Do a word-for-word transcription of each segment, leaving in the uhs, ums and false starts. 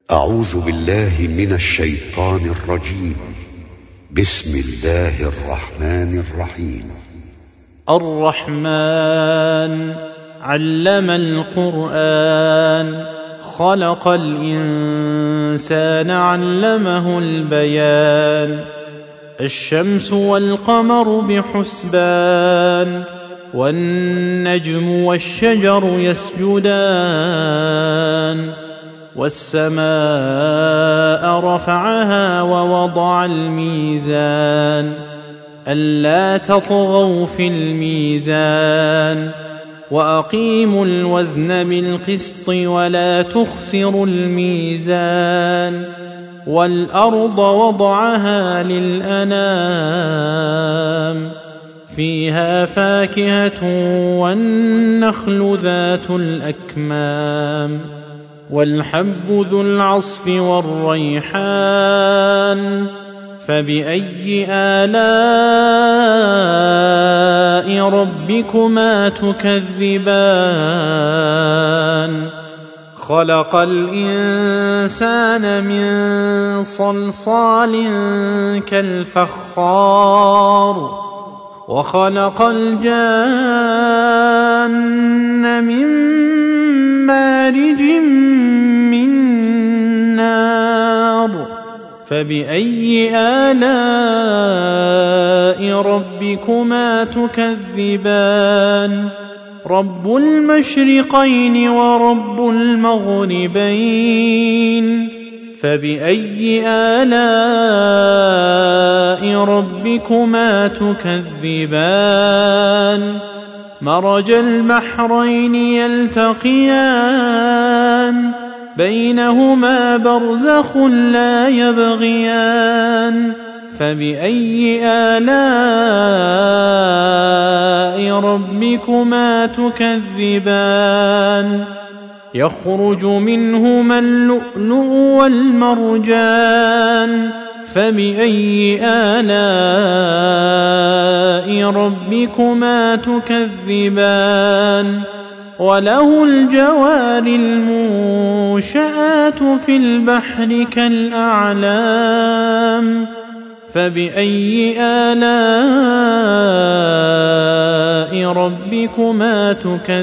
أعوذ بالله من الشيطان الرجيم. بسم الله الرحمن الرحيم. الرحمن علم القرآن، خلق الإنسان علمه البيان. الشمس والقمر بحسبان، والنجم والشجر يسجدان. والسماء رفعها ووضع الميزان، ألا تطغوا في الميزان. وأقيموا الوزن بالقسط ولا تخسروا الميزان. والأرض وضعها للأنام، فيها فاكهة والنخل ذات الأكمام. والحب ذو العصف والريحان، فبأي آلاء ربكما تكذبان؟ خلق الإنسان من صلصال كالفخار، وخلق الجان من مارج من نار. فبأي آلاء ربكما تكذبان؟ رب المشرقين ورب المغربين، فبأي آلاء ربكما تكذبان؟ مرج البحرين يلتقيان، بينهما برزخ لا يبغيان. فبأي آلاء ربكما تكذبان؟ يخرج منهما اللؤلؤ والمرجان، فبأي آلاء ربكما تكذبان؟ وله الجوار المنشآت في البحر كالأعلام، فبأي آلاء ربكما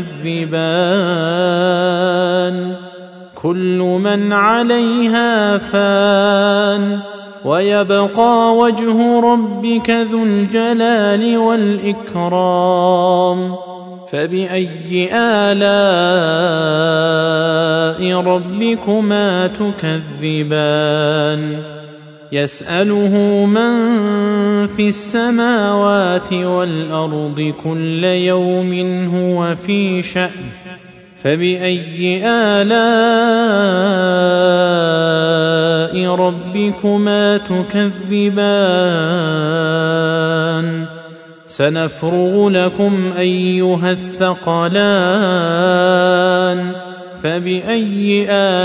تكذبان؟ كل من عليها فان، ويبقى وجه ربك ذو الجلال والإكرام. فبأي آلاء ربكما تكذبان؟ يسأله من في السماوات والأرض كل يوم هو في شأن. فبأي آلاء ربكما تكذبان؟ سنفرغ لكم أيها الثقلان. فبأي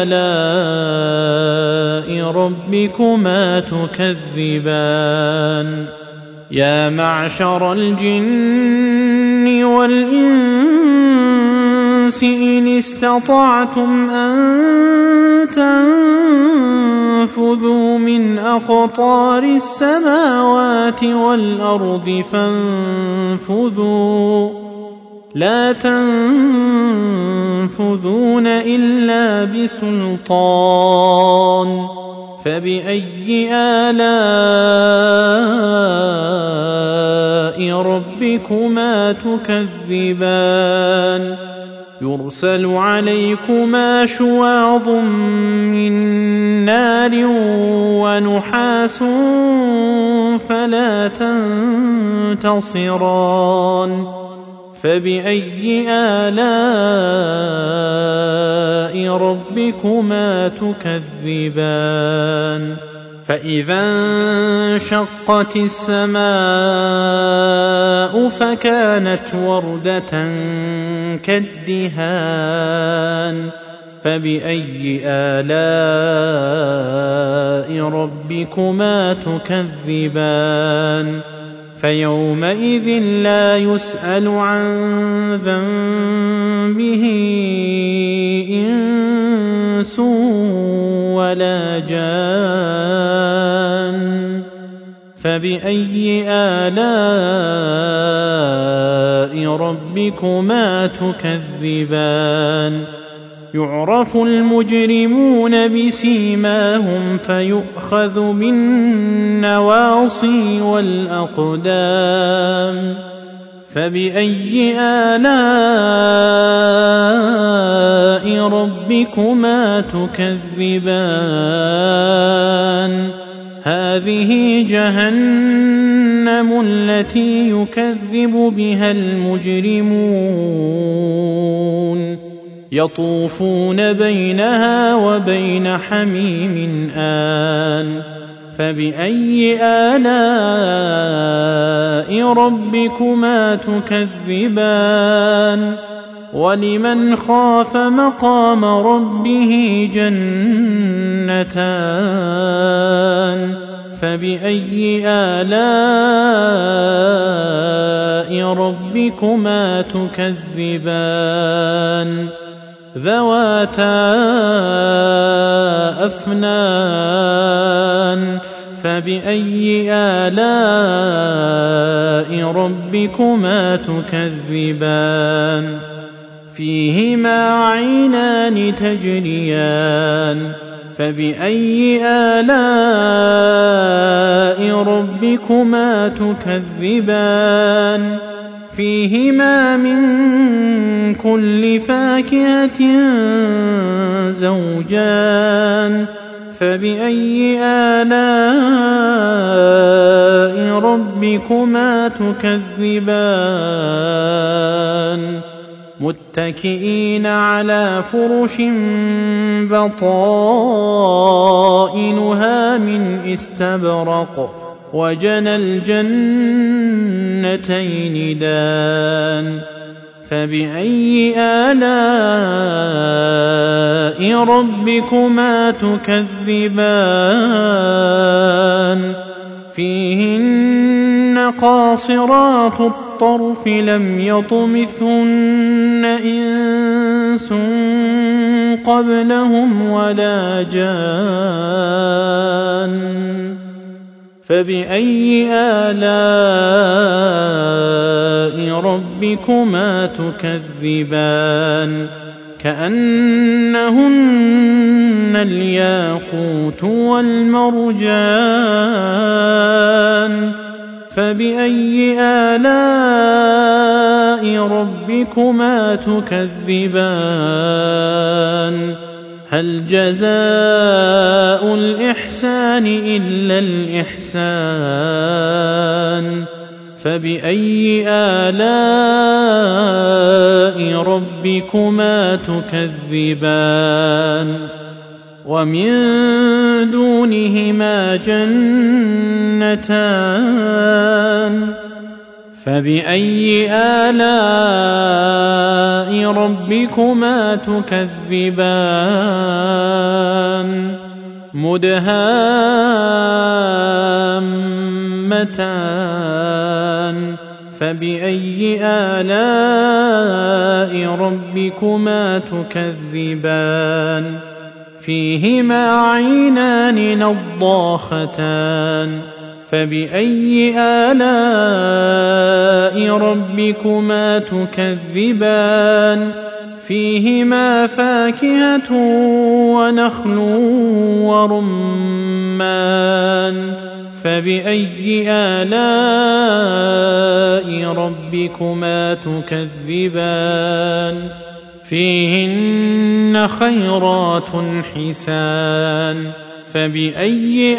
آلاء ربكما تكذبان؟ يا معشر الجن والإنس إن استطعتم أن تنفذوا من أقطار السماوات والأرض فانفذوا، لا تنفذون إلا بسلطان. فبأي آلاء ربكما تكذبان؟ يرسل عليكما شواظ من نار ونحاس فلا تنتصران. فبأي آلاء ربكما تكذبان؟ فإذا انشقت السماء فكانت وردة كالدهان. فبأي آلاء ربكما تكذبان؟ فيومئذ لا يسأل عن ذنبه إنس ولا جان فبأي آلاء ربكما تكذبان يعرف المجرمون بسيماهم فيؤخذ بالنواصي والأقدام فبأي آلاء ربكما تكذبان هذه جهنم التي يكذب بها المجرمون يطوفون بينها وبين حميم آن فبأي آلاء ربكما تكذبان ولمن خاف مقام ربه جنتان فبأي آلاء ربكما تكذبان ذواتا أفنان فبأي آلاء ربكما تكذبان فيهما عينان تجريان فبأي آلاء ربكما تكذبان فيهما من كل فاكهة زوجان فبأي آلاء ربكما تكذبان متكئين على فرش بطائنها من استبرق وجنى الجنتين دان فبأي آلاء ربكما تكذبان فيهن قاصرات الطرف لم يطمثهن إنس قبلهم ولا جان فبأي آلاء ربكما تكذبان كأنهن الياقوت والمرجان فبأي آلاء ربكما تكذبان هل جزاء الإحسان إلا الإحسان فبأي آلاء ربكما تكذبان ومن دونهما جنتان فبأي آلاء ربكما تكذبان مدهامتان فبأي آلاء ربكما تكذبان فيهما عينان نضاختان فبأي آلاء ربكما تكذبان فيهما فاكهة ونخل ورمان فبأي آلاء ربكما تكذبان فيهن خيرات حسان فبأي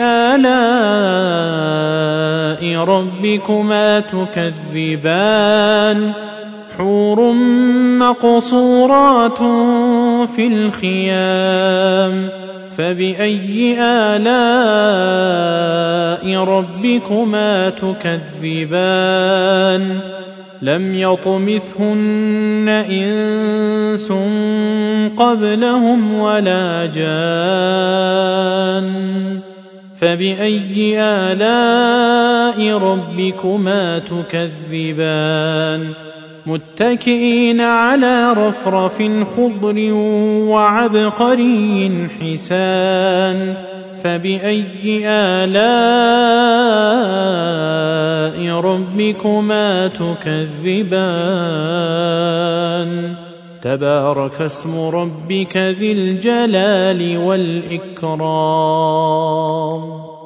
آلاء ربكما تكذبان حور مقصورات في الخيام فبأي آلاء ربكما تكذبان لم يطمثهن إنس قبلهم ولا جان فبأي آلاء ربكما تكذبان متكئين على رفرف خضر وعبقري حسان فبأي آلاء ربكما تكذبان تبارك اسم ربك ذي الجلال والإكرام